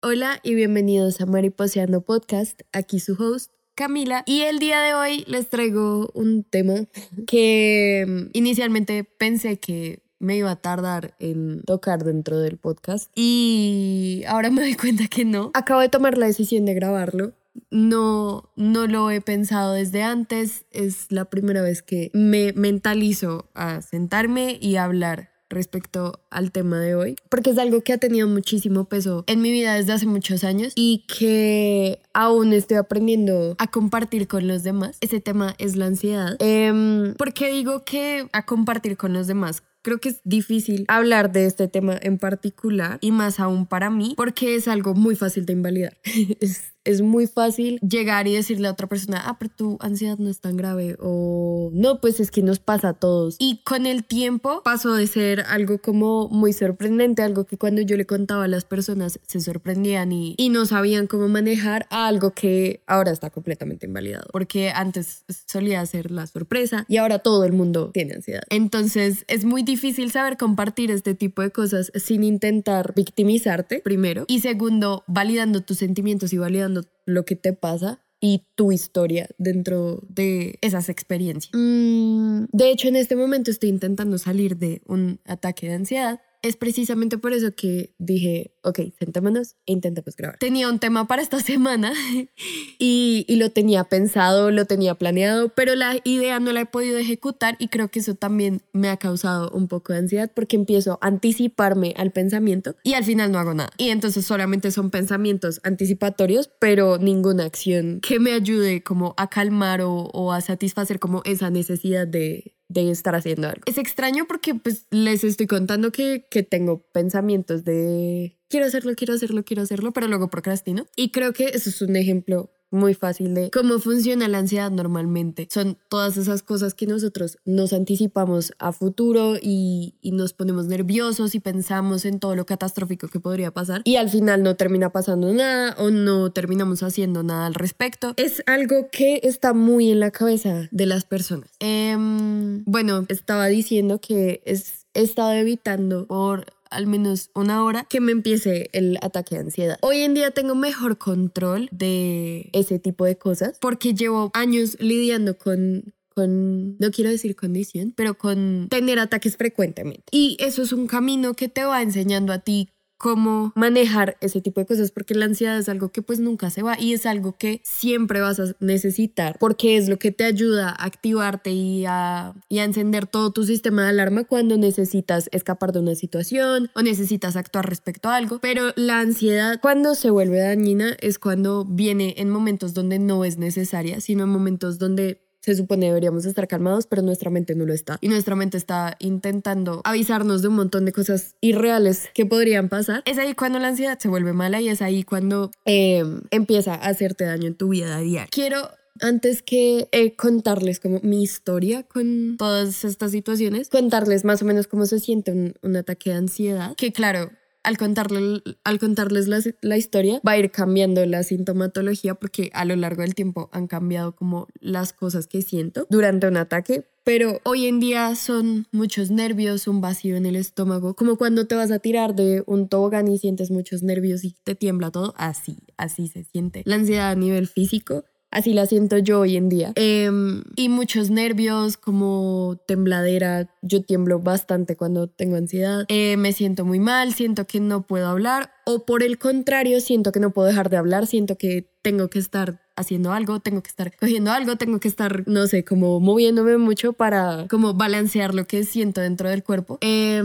Hola y bienvenidos a Mariposeando Podcast, aquí su host Camila, y el día de hoy les traigo un tema que inicialmente pensé que me iba a tardar en tocar dentro del podcast y ahora me doy cuenta que no. Acabo de tomar la decisión de grabarlo. No lo he pensado desde antes, es la primera vez que me mentalizo a sentarme y hablar respecto al tema de hoy, porque es algo que ha tenido muchísimo peso en mi vida desde hace muchos años y que aún estoy aprendiendo a compartir con los demás. Ese tema es la ansiedad. ¿Por qué digo que a compartir con los demás? Creo que es difícil hablar de este tema en particular y más aún para mí porque es algo muy fácil de invalidar. Es muy fácil llegar y decirle a otra persona, pero tu ansiedad no es tan grave, o no, pues es que nos pasa a todos. Y con el tiempo pasó de ser algo como muy sorprendente, algo que cuando yo le contaba a las personas se sorprendían y no sabían cómo manejar, a algo que ahora está completamente invalidado. Porque antes solía ser la sorpresa y ahora todo el mundo tiene ansiedad. Entonces es muy difícil saber compartir este tipo de cosas sin intentar victimizarte, primero, y segundo, validando tus sentimientos y validando lo que te pasa y tu historia dentro de esas experiencias. De hecho, en este momento estoy intentando salir de un ataque de ansiedad. Es precisamente por eso que dije, ok, sentémonos e intentemos grabar. Tenía un tema para esta semana y lo tenía pensado, lo tenía planeado, pero la idea no la he podido ejecutar y creo que eso también me ha causado un poco de ansiedad porque empiezo a anticiparme al pensamiento y al final no hago nada. Y entonces solamente son pensamientos anticipatorios, pero ninguna acción que me ayude como a calmar o a satisfacer como esa necesidad de estar haciendo algo. Es extraño porque pues les estoy contando que tengo pensamientos de quiero hacerlo, pero luego procrastino. Y creo que eso es un ejemplo muy fácil de cómo funciona la ansiedad normalmente. Son todas esas cosas que nosotros nos anticipamos a futuro y nos ponemos nerviosos y pensamos en todo lo catastrófico que podría pasar y al final no termina pasando nada o no terminamos haciendo nada al respecto. Es algo que está muy en la cabeza de las personas. Bueno, estaba diciendo que he estado evitando por al menos una hora que me empiece el ataque de ansiedad. Hoy en día tengo mejor control de ese tipo de cosas porque llevo años lidiando con no quiero decir condición, pero con tener ataques frecuentemente. Y eso es un camino que te va enseñando a ti cómo manejar ese tipo de cosas, porque la ansiedad es algo que pues nunca se va y es algo que siempre vas a necesitar porque es lo que te ayuda a activarte y a encender todo tu sistema de alarma cuando necesitas escapar de una situación o necesitas actuar respecto a algo. Pero la ansiedad, cuando se vuelve dañina, es cuando viene en momentos donde no es necesaria, sino en momentos donde se supone deberíamos estar calmados, pero nuestra mente no lo está. Y nuestra mente está intentando avisarnos de un montón de cosas irreales que podrían pasar. Es ahí cuando la ansiedad se vuelve mala y es ahí cuando empieza a hacerte daño en tu vida diaria. Quiero, antes que contarles como mi historia con todas estas situaciones, contarles más o menos cómo se siente un ataque de ansiedad. Que claro, al contarles la historia va a ir cambiando la sintomatología porque a lo largo del tiempo han cambiado como las cosas que siento durante un ataque. Pero hoy en día son muchos nervios, un vacío en el estómago, como cuando te vas a tirar de un tobogán y sientes muchos nervios y te tiembla todo. Así se siente la ansiedad a nivel físico. Así la siento yo hoy en día. Y muchos nervios, como tembladera. Yo tiemblo bastante cuando tengo ansiedad. Me siento muy mal, siento que no puedo hablar. O por el contrario, siento que no puedo dejar de hablar. Siento que tengo que estar haciendo algo, tengo que estar cogiendo algo, tengo que estar, no sé, como moviéndome mucho para como balancear lo que siento dentro del cuerpo.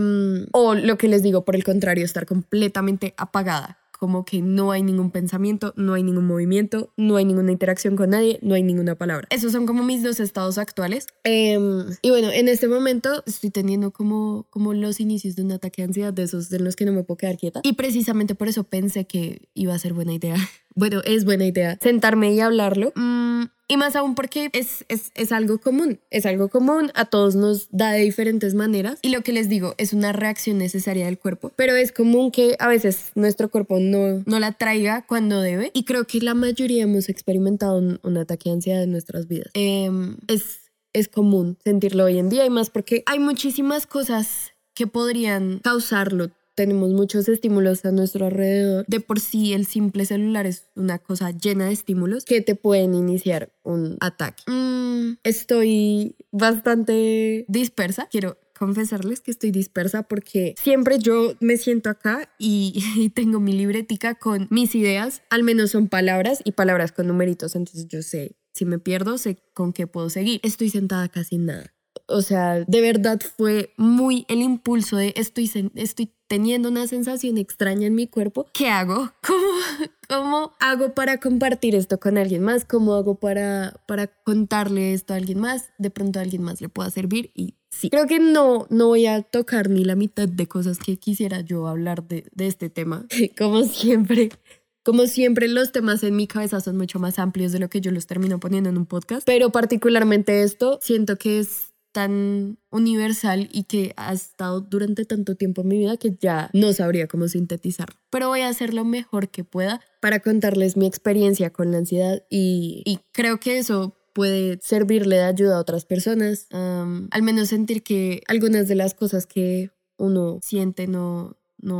O lo que les digo, por el contrario, estar completamente apagada. Como que no hay ningún pensamiento, no hay ningún movimiento, no hay ninguna interacción con nadie, no hay ninguna palabra. Esos son como mis dos estados actuales. Y bueno, en este momento estoy teniendo como los inicios de un ataque de ansiedad, de esos de los que no me puedo quedar quieta. Y precisamente por eso pensé que iba a ser buena idea. Bueno, es buena idea sentarme y hablarlo. Y más aún porque es algo común. Es algo común, a todos nos da de diferentes maneras. Y lo que les digo, es una reacción necesaria del cuerpo. Pero es común que a veces nuestro cuerpo no la traiga cuando debe. Y creo que la mayoría hemos experimentado un ataque de ansiedad en nuestras vidas. Es común sentirlo hoy en día y más porque hay muchísimas cosas que podrían causarlo. tenemos muchos estímulos a nuestro alrededor. De por sí el simple celular es una cosa llena de estímulos que te pueden iniciar un ataque. Estoy bastante dispersa. Quiero confesarles que estoy dispersa porque siempre yo me siento acá y tengo mi libretica con mis ideas, al menos son palabras y palabras con numeritos, entonces yo sé, si me pierdo, sé con qué puedo seguir. Estoy sentada acá sin nada. O sea, de verdad fue muy el impulso de estoy teniendo una sensación extraña en mi cuerpo. ¿Qué hago? ¿Cómo hago para compartir esto con alguien más? ¿Cómo hago para contarle esto a alguien más? De pronto a alguien más le pueda servir y sí. Creo que no voy a tocar ni la mitad de cosas que quisiera yo hablar de este tema. Como siempre, los temas en mi cabeza son mucho más amplios de lo que yo los termino poniendo en un podcast. Pero particularmente esto, siento que es tan universal y que ha estado durante tanto tiempo en mi vida que ya no sabría cómo sintetizarlo. Pero voy a hacer lo mejor que pueda para contarles mi experiencia con la ansiedad y creo que eso puede servirle de ayuda a otras personas. Al menos sentir que algunas de las cosas que uno siente no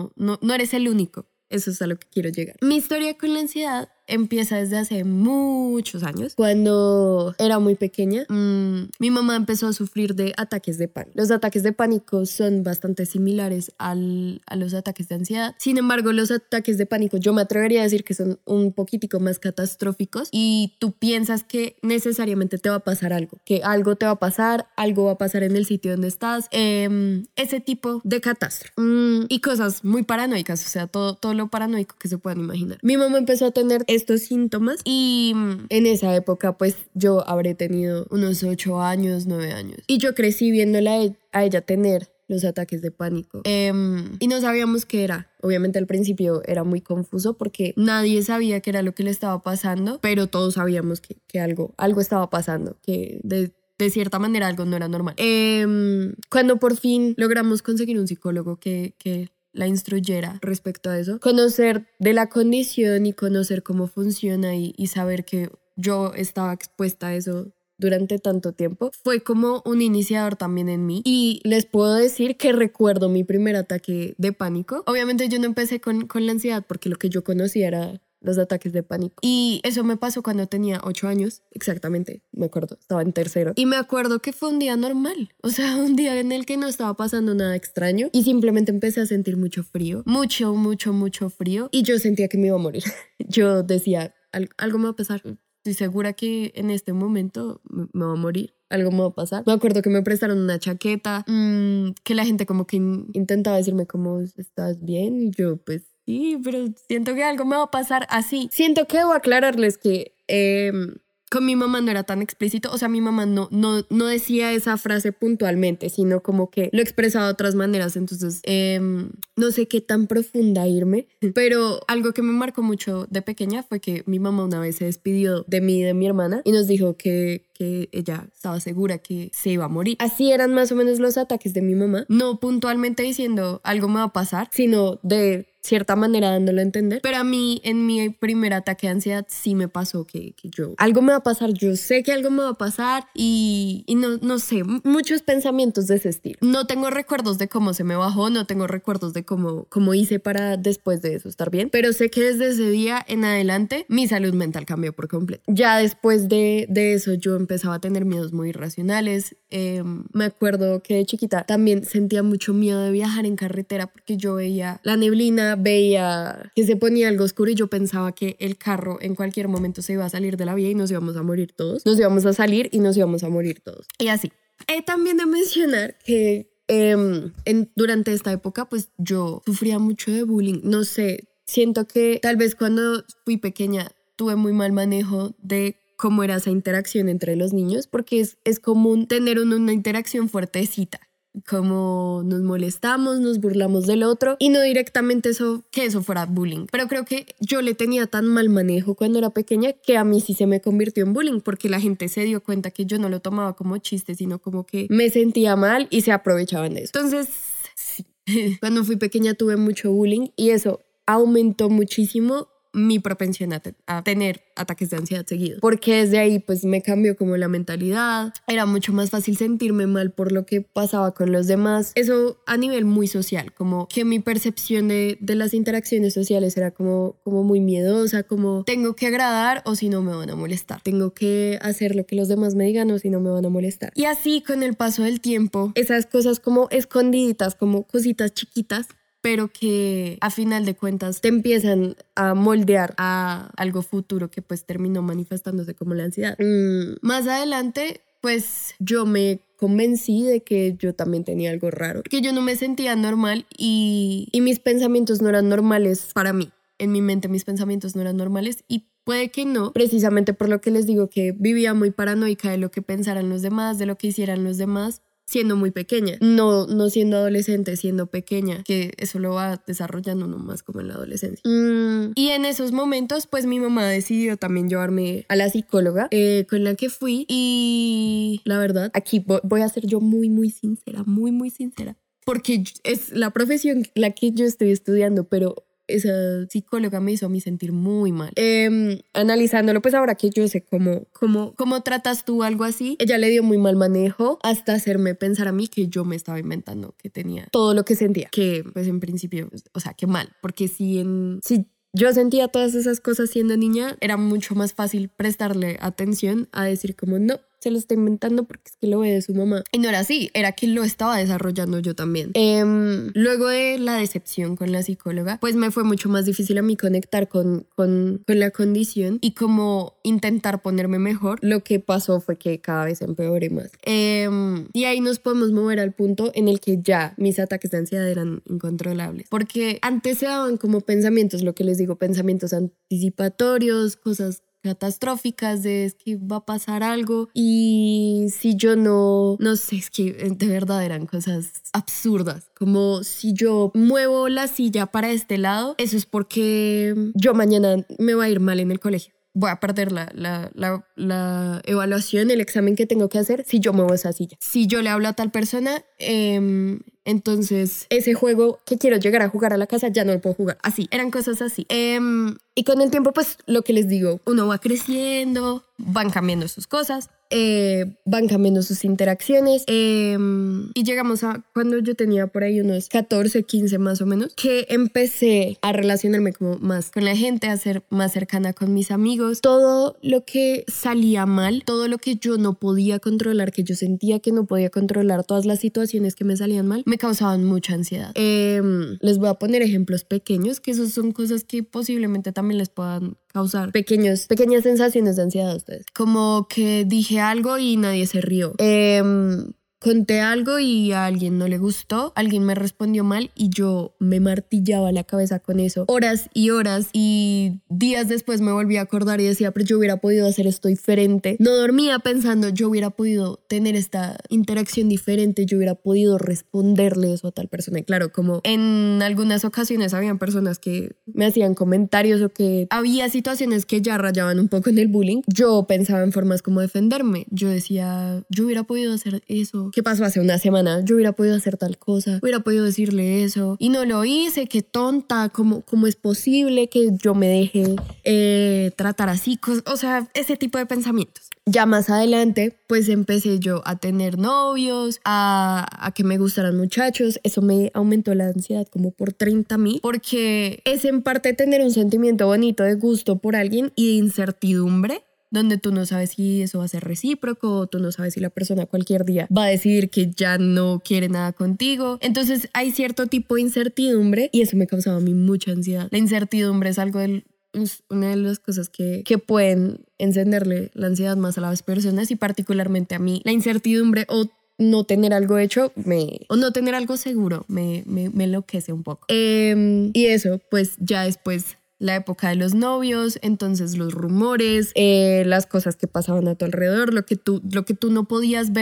eres el único. Eso es a lo que quiero llegar. Mi historia con la ansiedad empieza desde hace muchos años. Cuando era muy pequeña, mi mamá empezó a sufrir de ataques de pánico. Los ataques de pánico son bastante similares a los ataques de ansiedad. Sin embargo, los ataques de pánico yo me atrevería a decir que son un poquitico más catastróficos y tú piensas que necesariamente te va a pasar algo, que algo te va a pasar, algo va a pasar en el sitio donde estás, ese tipo de catástrofe y cosas muy paranoicas, o sea, todo lo paranoico que se puedan imaginar. Mi mamá empezó a tener estos síntomas y en esa época pues yo habré tenido unos 8 años, 9 años y yo crecí viéndola a ella tener los ataques de pánico y no sabíamos qué era. Obviamente al principio era muy confuso porque nadie sabía qué era lo que le estaba pasando, pero todos sabíamos que algo estaba pasando, que de cierta manera algo no era normal. Cuando por fin logramos conseguir un psicólogo que la instruyera respecto a eso, conocer de la condición y conocer cómo funciona y saber que yo estaba expuesta a eso durante tanto tiempo, fue como un iniciador también en mí. Y les puedo decir que recuerdo mi primer ataque de pánico. Obviamente yo no empecé con la ansiedad porque lo que yo conocía era los ataques de pánico. Y eso me pasó cuando tenía 8 años, exactamente, me acuerdo, estaba en tercero. Y me acuerdo que fue un día normal, o sea, un día en el que no estaba pasando nada extraño y simplemente empecé a sentir mucho frío, mucho frío y yo sentía que me iba a morir. Yo decía, algo me va a pasar, estoy segura que en este momento me va a morir. Algo me va a pasar. Me acuerdo que me prestaron una chaqueta, que la gente como que intentaba decirme como, ¿estás bien? Y yo pues sí, pero siento que algo me va a pasar así. Siento que debo aclararles que con mi mamá no era tan explícito. O sea, mi mamá no decía esa frase puntualmente, sino como que lo expresaba de otras maneras. Entonces, no sé qué tan profunda irme, pero algo que me marcó mucho de pequeña fue que mi mamá una vez se despidió de mí y de mi hermana y nos dijo que ella estaba segura que se iba a morir. Así eran más o menos los ataques de mi mamá. No puntualmente diciendo algo me va a pasar, sino de cierta manera dándolo a entender. Pero a mí en mi primer ataque de ansiedad sí me pasó que yo algo me va a pasar, yo sé que algo me va a pasar y no sé, muchos pensamientos de ese estilo. No tengo recuerdos de cómo se me bajó, no tengo recuerdos de cómo hice para después de eso estar bien, pero sé que desde ese día en adelante mi salud mental cambió por completo. Ya después de eso yo empezaba a tener miedos muy irracionales. Me acuerdo que de chiquita también sentía mucho miedo de viajar en carretera porque yo veía la neblina, veía que se ponía algo oscuro y yo pensaba que el carro en cualquier momento se iba a salir de la vía y nos íbamos a morir todos. Nos íbamos a salir y nos íbamos a morir todos. Y así. También de mencionar que durante esta época pues yo sufría mucho de bullying. No sé, siento que tal vez cuando fui pequeña tuve muy mal manejo de cómo era esa interacción entre los niños, porque es común tener una interacción fuertecita, como nos molestamos, nos burlamos del otro y no directamente eso fuera bullying. Pero creo que yo le tenía tan mal manejo cuando era pequeña que a mí sí se me convirtió en bullying porque la gente se dio cuenta que yo no lo tomaba como chiste, sino como que me sentía mal y se aprovechaban de eso. Entonces, sí, cuando fui pequeña tuve mucho bullying y eso aumentó muchísimo mi propensión a tener ataques de ansiedad seguidos. Porque desde ahí pues me cambió como la mentalidad. Era mucho más fácil sentirme mal por lo que pasaba con los demás. Eso a nivel muy social, como que mi percepción de las interacciones sociales era como muy miedosa, como tengo que agradar o si no me van a molestar. Tengo que hacer lo que los demás me digan o si no me van a molestar. Y así con el paso del tiempo, esas cosas como escondiditas, como cositas chiquitas, pero que a final de cuentas te empiezan a moldear a algo futuro que pues terminó manifestándose como la ansiedad. Más adelante pues yo me convencí de que yo también tenía algo raro, que yo no me sentía normal y mis pensamientos no eran normales para mí. En mi mente mis pensamientos no eran normales y puede que no, precisamente por lo que les digo que vivía muy paranoica de lo que pensaran los demás, de lo que hicieran los demás, siendo muy pequeña, no siendo adolescente, siendo pequeña, que eso lo va desarrollando nomás como en la adolescencia. Y en esos momentos, pues mi mamá decidió también llevarme a la psicóloga con la que fui y la verdad, aquí voy a ser yo muy sincera, muy sincera, porque es la profesión la que yo estoy estudiando, pero esa psicóloga me hizo a mí sentir muy mal. Analizándolo, pues ahora que yo sé cómo tratas tú algo así, ella le dio muy mal manejo hasta hacerme pensar a mí que yo me estaba inventando, que tenía todo lo que sentía, que pues en principio, o sea, qué mal, porque si yo sentía todas esas cosas siendo niña, era mucho más fácil prestarle atención a decir como no, se lo está inventando porque es que lo ve de su mamá. Y no era así, era que lo estaba desarrollando yo también. Luego de la decepción con la psicóloga, pues me fue mucho más difícil a mí conectar con la condición y como intentar ponerme mejor. Lo que pasó fue que cada vez empeoré más. Y ahí nos podemos mover al punto en el que ya mis ataques de ansiedad eran incontrolables. Porque antes se daban como pensamientos, lo que les digo, pensamientos anticipatorios, cosas catastróficas de es que va a pasar algo y si yo no sé, es que de verdad eran cosas absurdas, como si yo muevo la silla para este lado, eso es porque yo mañana me va a ir mal en el colegio. Voy a perder la evaluación, el examen que tengo que hacer si yo muevo esa silla. Si yo le hablo a tal persona, entonces ese juego que quiero llegar a jugar a la casa ya no lo puedo jugar. Así, eran cosas así. Y con el tiempo, pues lo que les digo, uno va creciendo, van cambiando sus cosas, van cambiando sus interacciones y llegamos a cuando yo tenía por ahí unos 14, 15 más o menos, que empecé a relacionarme como más con la gente, a ser más cercana con mis amigos. Todo lo que salía mal, todo lo que yo no podía controlar, que yo sentía que no podía controlar, todas las situaciones que me salían mal, me causaban mucha ansiedad. Les voy a poner ejemplos pequeños, que esos son cosas que posiblemente también les puedan causar pequeñas sensaciones de ansiedad a ustedes. Como que dije algo y nadie se rió. Conté algo y a alguien no le gustó, alguien me respondió mal y yo me martillaba la cabeza con eso horas y horas y días después me volví a acordar y decía, pero yo hubiera podido hacer esto diferente. No dormía pensando, yo hubiera podido tener esta interacción diferente, yo hubiera podido responderle eso a tal persona. Y claro, como en algunas ocasiones habían personas que me hacían comentarios o que había situaciones que ya rayaban un poco en el bullying, yo pensaba en formas como defenderme. Yo decía, yo hubiera podido hacer eso. ¿Qué pasó hace una semana? Yo hubiera podido hacer tal cosa, hubiera podido decirle eso y no lo hice, qué tonta, ¿cómo es posible que yo me deje tratar así? O sea, ese tipo de pensamientos. Ya más adelante, pues empecé yo a tener novios, a que me gustaran muchachos. Eso me aumentó la ansiedad como por 30,000, porque es en parte tener un sentimiento bonito de gusto por alguien y de incertidumbre, donde tú no sabes si eso va a ser recíproco, tú no sabes si la persona cualquier día va a decidir que ya no quiere nada contigo. Entonces hay cierto tipo de incertidumbre y eso me causaba a mí mucha ansiedad. La incertidumbre es una de las cosas que pueden encenderle la ansiedad más a las personas y particularmente a mí. La incertidumbre o no tener algo hecho o no tener algo seguro me enloquece un poco. Y eso, pues ya después la época de los novios, entonces los rumores, las cosas que pasaban a tu alrededor, lo que tú no podías ver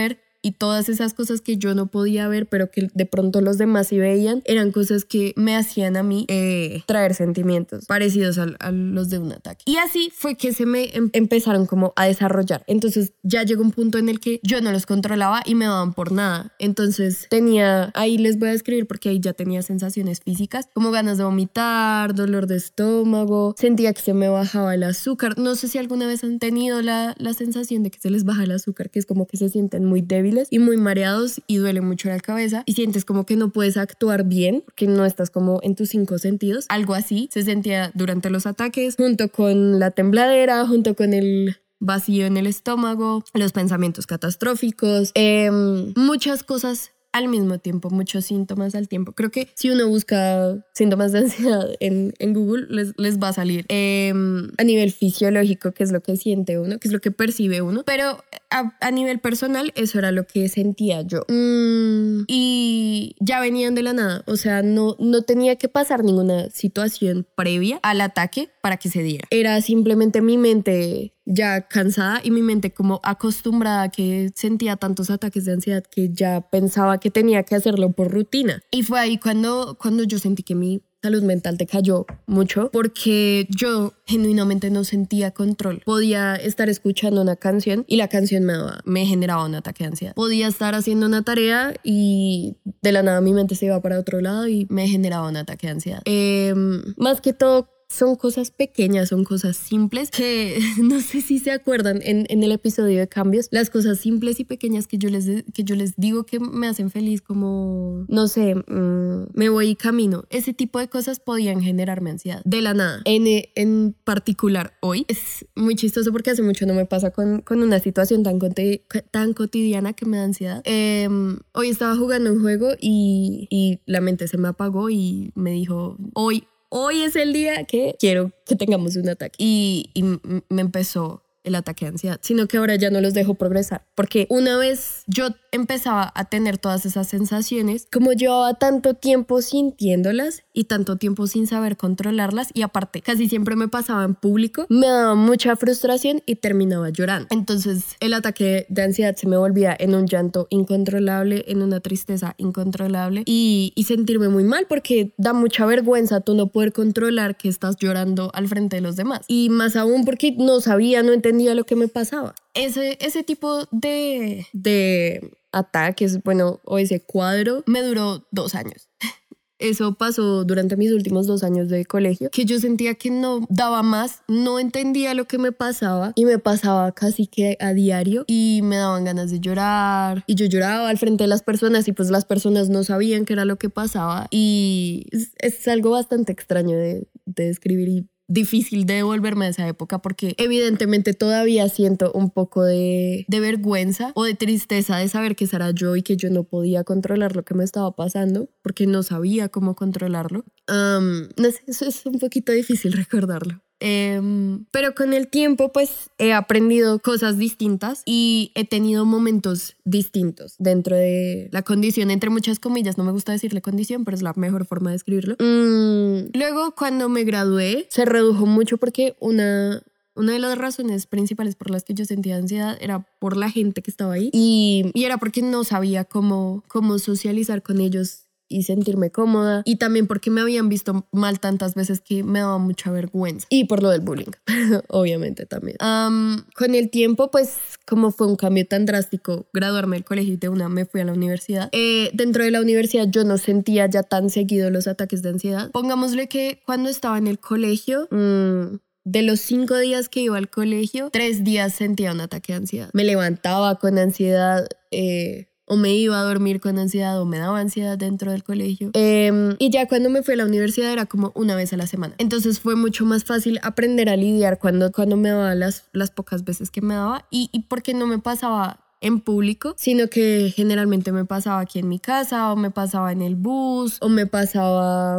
y todas esas cosas que yo no podía ver, pero que de pronto los demás sí veían, eran cosas que me hacían a mí traer sentimientos parecidos a los de un ataque. Y así fue que se me empezaron como a desarrollar. Entonces ya llegó un punto en el que yo no los controlaba y me daban por nada. Entonces ahí les voy a escribir porque ahí ya tenía sensaciones físicas, como ganas de vomitar, dolor de estómago, sentía que se me bajaba el azúcar. No sé si alguna vez han tenido la sensación de que se les baja el azúcar, que es como que se sienten muy débiles y muy mareados y duele mucho la cabeza y sientes como que no puedes actuar bien, que no estás como en tus 5 sentidos. Algo así se sentía durante los ataques, junto con la tembladera, junto con el vacío en el estómago, los pensamientos catastróficos, muchas cosas al mismo tiempo, muchos síntomas al tiempo. Creo que si uno busca síntomas de ansiedad en Google, les va a salir a nivel fisiológico, qué es lo que siente uno, qué es lo que percibe uno, pero a nivel personal eso era lo que sentía yo. Y ya venían de la nada, o sea, no tenía que pasar ninguna situación previa al ataque para que se diera. Era simplemente mi mente ya cansada y mi mente como acostumbrada, que sentía tantos ataques de ansiedad que ya pensaba que tenía que hacerlo por rutina. Y fue ahí cuando yo sentí que mi salud mental decayó mucho, porque yo genuinamente no sentía control. Podía estar escuchando una canción y la canción me generaba un ataque de ansiedad. Podía estar haciendo una tarea y de la nada mi mente se iba para otro lado y me generaba un ataque de ansiedad. Más que todo, son cosas pequeñas, son cosas simples que no sé si se acuerdan en el episodio de cambios, las cosas simples y pequeñas que yo les digo que me hacen feliz, como, no sé, me voy y camino. Ese tipo de cosas podían generarme ansiedad de la nada. En particular hoy es muy chistoso porque hace mucho no me pasa con una situación tan cotidiana que me da ansiedad. Hoy estaba jugando un juego y la mente se me apagó y me dijo, Hoy es el día que quiero que tengamos un ataque. Y me empezó el ataque de ansiedad, sino que ahora ya no los dejo progresar, porque una vez yo empezaba a tener todas esas sensaciones, como llevaba tanto tiempo sintiéndolas y tanto tiempo sin saber controlarlas, y aparte casi siempre me pasaba en público, me daba mucha frustración y terminaba llorando. Entonces el ataque de ansiedad se me volvía en un llanto incontrolable, en una tristeza incontrolable y sentirme muy mal, porque da mucha vergüenza tú no poder controlar que estás llorando al frente de los demás, y más aún porque no entendía lo que me pasaba. Ese tipo de ataques, bueno, o ese cuadro me duró 2 años. Eso pasó durante mis últimos 2 años de colegio, que yo sentía que no daba más, no entendía lo que me pasaba y me pasaba casi que a diario y me daban ganas de llorar y yo lloraba al frente de las personas y pues las personas no sabían qué era lo que pasaba, y es algo bastante extraño de describir y difícil de devolverme a esa época, porque evidentemente todavía siento un poco de vergüenza o de tristeza de saber que esa era yo y que yo no podía controlar lo que me estaba pasando porque no sabía cómo controlarlo. No sé, eso es un poquito difícil recordarlo. Pero con el tiempo pues he aprendido cosas distintas y he tenido momentos distintos dentro de la condición, entre muchas comillas, no me gusta decirle condición, pero es la mejor forma de describirlo. Luego cuando me gradué se redujo mucho porque una de las razones principales por las que yo sentía ansiedad era por la gente que estaba ahí y era porque no sabía cómo socializar con ellos y sentirme cómoda, y también porque me habían visto mal tantas veces que me daba mucha vergüenza, y por lo del bullying obviamente también. Con el tiempo pues, como fue un cambio tan drástico graduarme del colegio y de una me fui a la universidad, dentro de la universidad yo no sentía ya tan seguido los ataques de ansiedad. Pongámosle que cuando estaba en el colegio, de los 5 días que iba al colegio, 3 días sentía un ataque de ansiedad. Me levantaba con ansiedad, o me iba a dormir con ansiedad, o me daba ansiedad dentro del colegio. Y ya cuando me fui a la universidad era como una vez a la semana. Entonces fue mucho más fácil aprender a lidiar cuando me daba las pocas veces que me daba, y porque no me pasaba en público, sino que generalmente me pasaba aquí en mi casa, o me pasaba en el bus, o me pasaba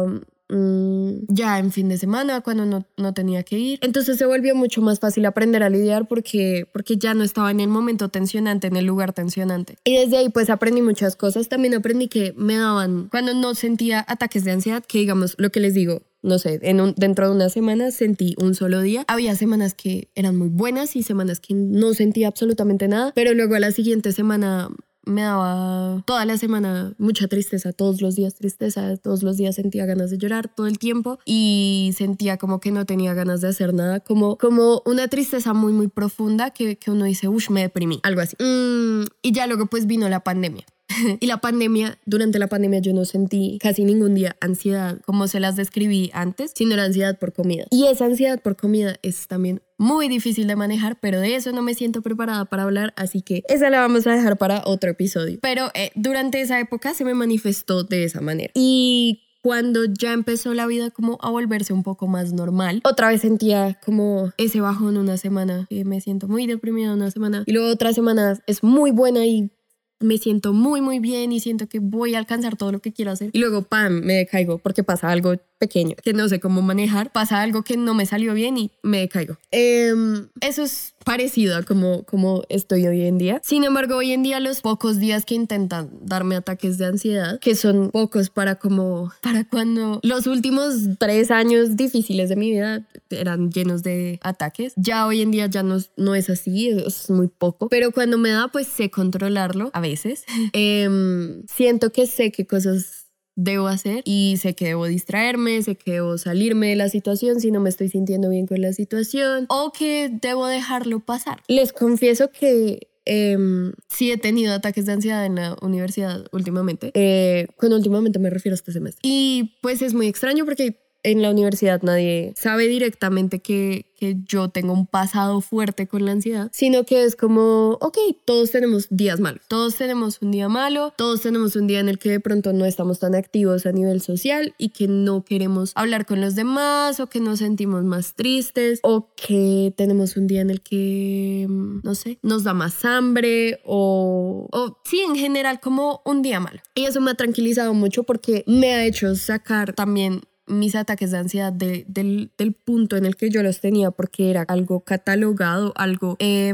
ya en fin de semana cuando no tenía que ir. Entonces se volvió mucho más fácil aprender a lidiar porque ya no estaba en el momento tensionante, en el lugar tensionante. Y desde ahí pues aprendí muchas cosas. También aprendí que me daban, cuando no sentía ataques de ansiedad, que digamos lo que les digo, no sé, dentro de una semana sentí un solo día. Había semanas que eran muy buenas y semanas que no sentía absolutamente nada, pero luego a la siguiente semana me daba toda la semana mucha tristeza, todos los días tristeza, todos los días sentía ganas de llorar todo el tiempo y sentía como que no tenía ganas de hacer nada, como una tristeza muy, muy profunda que uno dice, uff, me deprimí, algo así. Y ya luego pues vino la pandemia. Y durante la pandemia yo no sentí casi ningún día ansiedad como se las describí antes, sino la ansiedad por comida. Y esa ansiedad por comida es también muy difícil de manejar, pero de eso no me siento preparada para hablar, así que esa la vamos a dejar para otro episodio. Pero durante esa época se me manifestó de esa manera. Y cuando ya empezó la vida como a volverse un poco más normal, otra vez sentía como ese bajón una semana, que me siento muy deprimida una semana, y luego otra semana es muy buena y me siento muy, muy bien y siento que voy a alcanzar todo lo que quiero hacer. Y luego, ¡pam!, me decaigo porque pasa algo pequeño que no sé cómo manejar. Pasa algo que no me salió bien y me decaigo. Eso es parecido a como estoy hoy en día. Sin embargo, hoy en día los pocos días que intentan darme ataques de ansiedad, que son pocos para cuando los últimos 3 años difíciles de mi vida eran llenos de ataques. Ya hoy en día ya no es así, es muy poco. Pero cuando me da, pues sé controlarlo a veces. Siento que sé qué cosas debo hacer y sé que debo distraerme, sé que debo salirme de la situación si no me estoy sintiendo bien con la situación o que debo dejarlo pasar. Les confieso que sí he tenido ataques de ansiedad en la universidad últimamente. Con últimamente me refiero a este semestre. Y pues es muy extraño porque en la universidad nadie sabe directamente que yo tengo un pasado fuerte con la ansiedad, sino que es como, ok, todos tenemos días malos, todos tenemos un día malo, todos tenemos un día en el que de pronto no estamos tan activos a nivel social y que no queremos hablar con los demás o que nos sentimos más tristes o que tenemos un día en el que, no sé, nos da más hambre o sí, en general como un día malo. Y eso me ha tranquilizado mucho porque me ha hecho sacar también mis ataques de ansiedad del punto en el que yo los tenía porque era algo catalogado, algo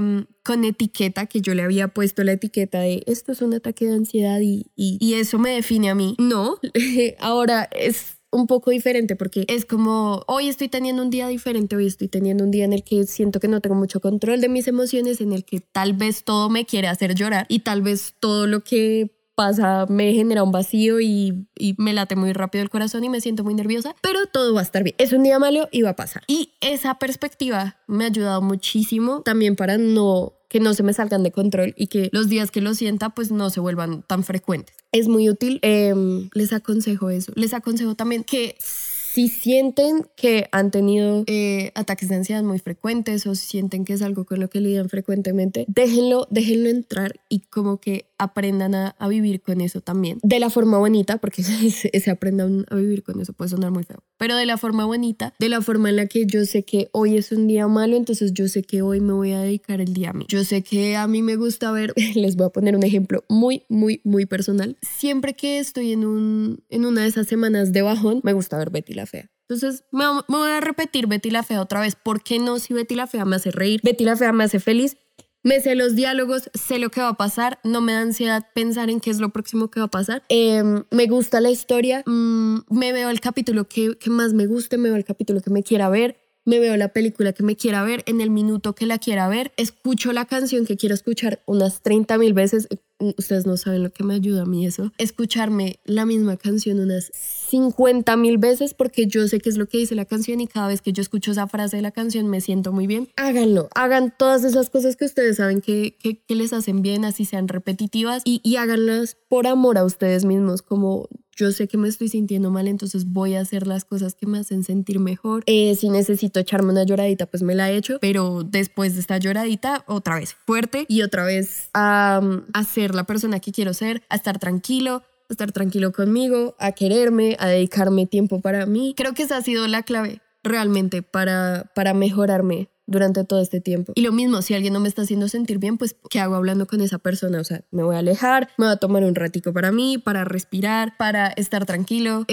con etiqueta, que yo le había puesto la etiqueta de esto es un ataque de ansiedad y eso me define a mí. No, ahora es un poco diferente porque es como hoy estoy teniendo un día diferente, hoy estoy teniendo un día en el que siento que no tengo mucho control de mis emociones, en el que tal vez todo me quiere hacer llorar y tal vez todo lo que pasa me genera un vacío y me late muy rápido el corazón y me siento muy nerviosa, pero todo va a estar bien. Es un día malo y va a pasar. Y esa perspectiva me ha ayudado muchísimo también para que no se me salgan de control y que los días que lo sienta pues no se vuelvan tan frecuentes. Es muy útil. Les aconsejo eso. Les aconsejo también que si sienten que han tenido ataques de ansiedad muy frecuentes o sienten que es algo con lo que lidian frecuentemente, déjenlo entrar y como que aprendan a vivir con eso también. De la forma bonita, porque ese aprendan a vivir con eso puede sonar muy feo, pero de la forma bonita, de la forma en la que yo sé que hoy es un día malo, entonces yo sé que hoy me voy a dedicar el día a mí. Yo sé que a mí me gusta ver, les voy a poner un ejemplo muy, muy, muy personal. Siempre que estoy en una de esas semanas de bajón, me gusta ver Betty la Fea. Entonces me voy a repetir Betty la Fea otra vez. ¿Por qué no? Si Betty la Fea me hace reír, Betty la Fea me hace feliz, me sé los diálogos, sé lo que va a pasar, no me da ansiedad pensar en qué es lo próximo que va a pasar. Me gusta la historia, me veo el capítulo que más me guste, me veo el capítulo que me quiera ver, me veo la película que me quiera ver en el minuto que la quiera ver, escucho la canción que quiero escuchar unas 30,000 veces. Ustedes no saben lo que me ayuda a mí eso. Escucharme la misma canción unas 50,000 veces porque yo sé qué es lo que dice la canción y cada vez que yo escucho esa frase de la canción me siento muy bien. Háganlo, hagan todas esas cosas que ustedes saben que les hacen bien, así sean repetitivas y háganlas por amor a ustedes mismos, como yo sé que me estoy sintiendo mal, entonces voy a hacer las cosas que me hacen sentir mejor. Si necesito echarme una lloradita, pues me la echo, pero después de esta lloradita, otra vez fuerte y otra vez a ser la persona que quiero ser, a estar tranquilo conmigo, a quererme, a dedicarme tiempo para mí. Creo que esa ha sido la clave realmente para mejorarme durante todo este tiempo. Y lo mismo, si alguien no me está haciendo sentir bien, pues ¿qué hago hablando con esa persona? O sea, me voy a alejar, me voy a tomar un ratico para mí, para respirar, para estar tranquilo.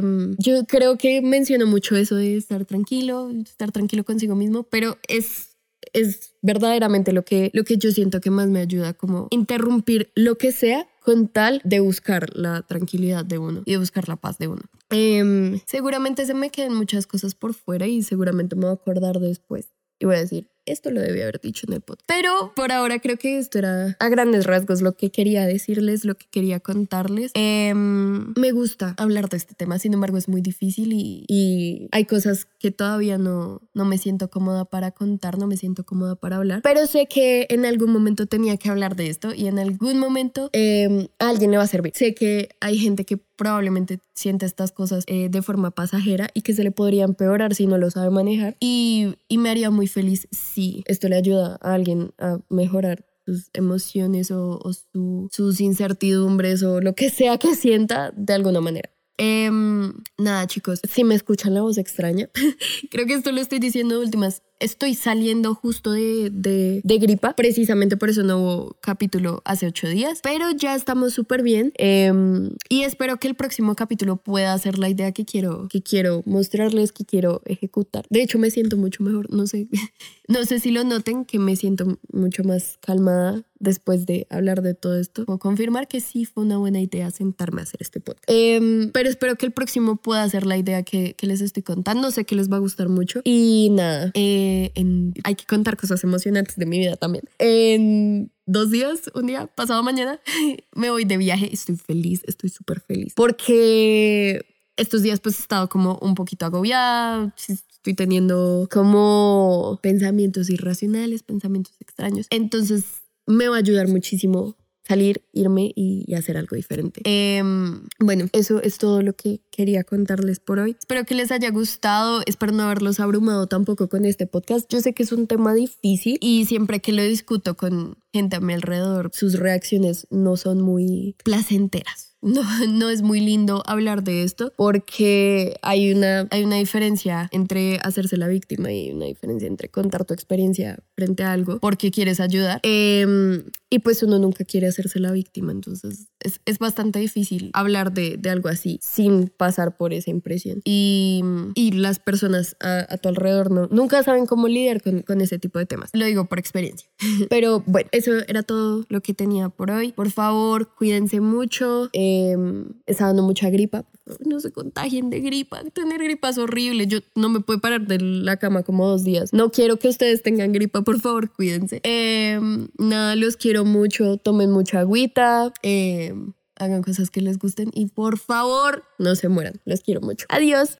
Yo creo que menciono mucho eso de estar tranquilo consigo mismo, pero es verdaderamente lo que yo siento que más me ayuda, como interrumpir lo que sea con tal de buscar la tranquilidad de uno y de buscar la paz de uno. Seguramente se me quedan muchas cosas por fuera y seguramente me voy a acordar después y voy a decir, esto lo debí haber dicho en el podcast. Pero por ahora creo que esto era a grandes rasgos lo que quería decirles, lo que quería contarles. Me gusta hablar de este tema, sin embargo es muy difícil y hay cosas que todavía no me siento cómoda para contar, no me siento cómoda para hablar. Pero sé que en algún momento tenía que hablar de esto y en algún momento a alguien le va a servir. Sé que hay gente que probablemente siente estas cosas de forma pasajera y que se le podría empeorar si no lo sabe manejar y me haría muy feliz si esto le ayuda a alguien a mejorar sus emociones o sus incertidumbres o lo que sea que sienta de alguna manera. Nada, chicos, si me escuchan la voz extraña, creo que esto lo estoy diciendo de últimas. Estoy saliendo justo de gripa, precisamente por eso no hubo capítulo hace 8 días, pero ya estamos súper bien y espero que el próximo capítulo pueda ser la idea que quiero mostrarles, que quiero ejecutar. De hecho, me siento mucho mejor, no sé si lo noten, que me siento mucho más calmada después de hablar de todo esto. Puedo confirmar que sí fue una buena idea sentarme a hacer este podcast. Pero espero que el próximo pueda ser la idea que les estoy contando. Sé que les va a gustar mucho. Y nada, hay que contar cosas emocionantes de mi vida también. En 2 días, un día, pasado mañana, me voy de viaje. Estoy feliz, estoy súper feliz. Porque estos días pues he estado como un poquito agobiada. Estoy teniendo como pensamientos irracionales, pensamientos extraños. Entonces me va a ayudar muchísimo salir, irme y hacer algo diferente. Bueno, eso es todo lo que quería contarles por hoy. Espero que les haya gustado. Espero no haberlos abrumado tampoco con este podcast. Yo sé que es un tema difícil y siempre que lo discuto con gente a mi alrededor, sus reacciones no son muy placenteras. No es muy lindo hablar de esto porque hay una diferencia entre hacerse la víctima y una diferencia entre contar tu experiencia frente a algo porque quieres ayudar. Y pues uno nunca quiere hacerse la víctima, entonces es bastante difícil hablar de algo así sin pasar por esa impresión. Y las personas a tu alrededor nunca saben cómo lidiar con ese tipo de temas. Lo digo por experiencia. Pero bueno, eso era todo lo que tenía por hoy. Por favor, cuídense mucho. Está dando mucha gripa. No se contagien de gripa. Tener gripa es horrible. Yo no me puedo parar de la cama como 2 días. No quiero que ustedes tengan gripa. Por favor, cuídense. Nada, los quiero mucho. Tomen mucha agüita. Hagan cosas que les gusten. Y por favor, no se mueran. Los quiero mucho. Adiós.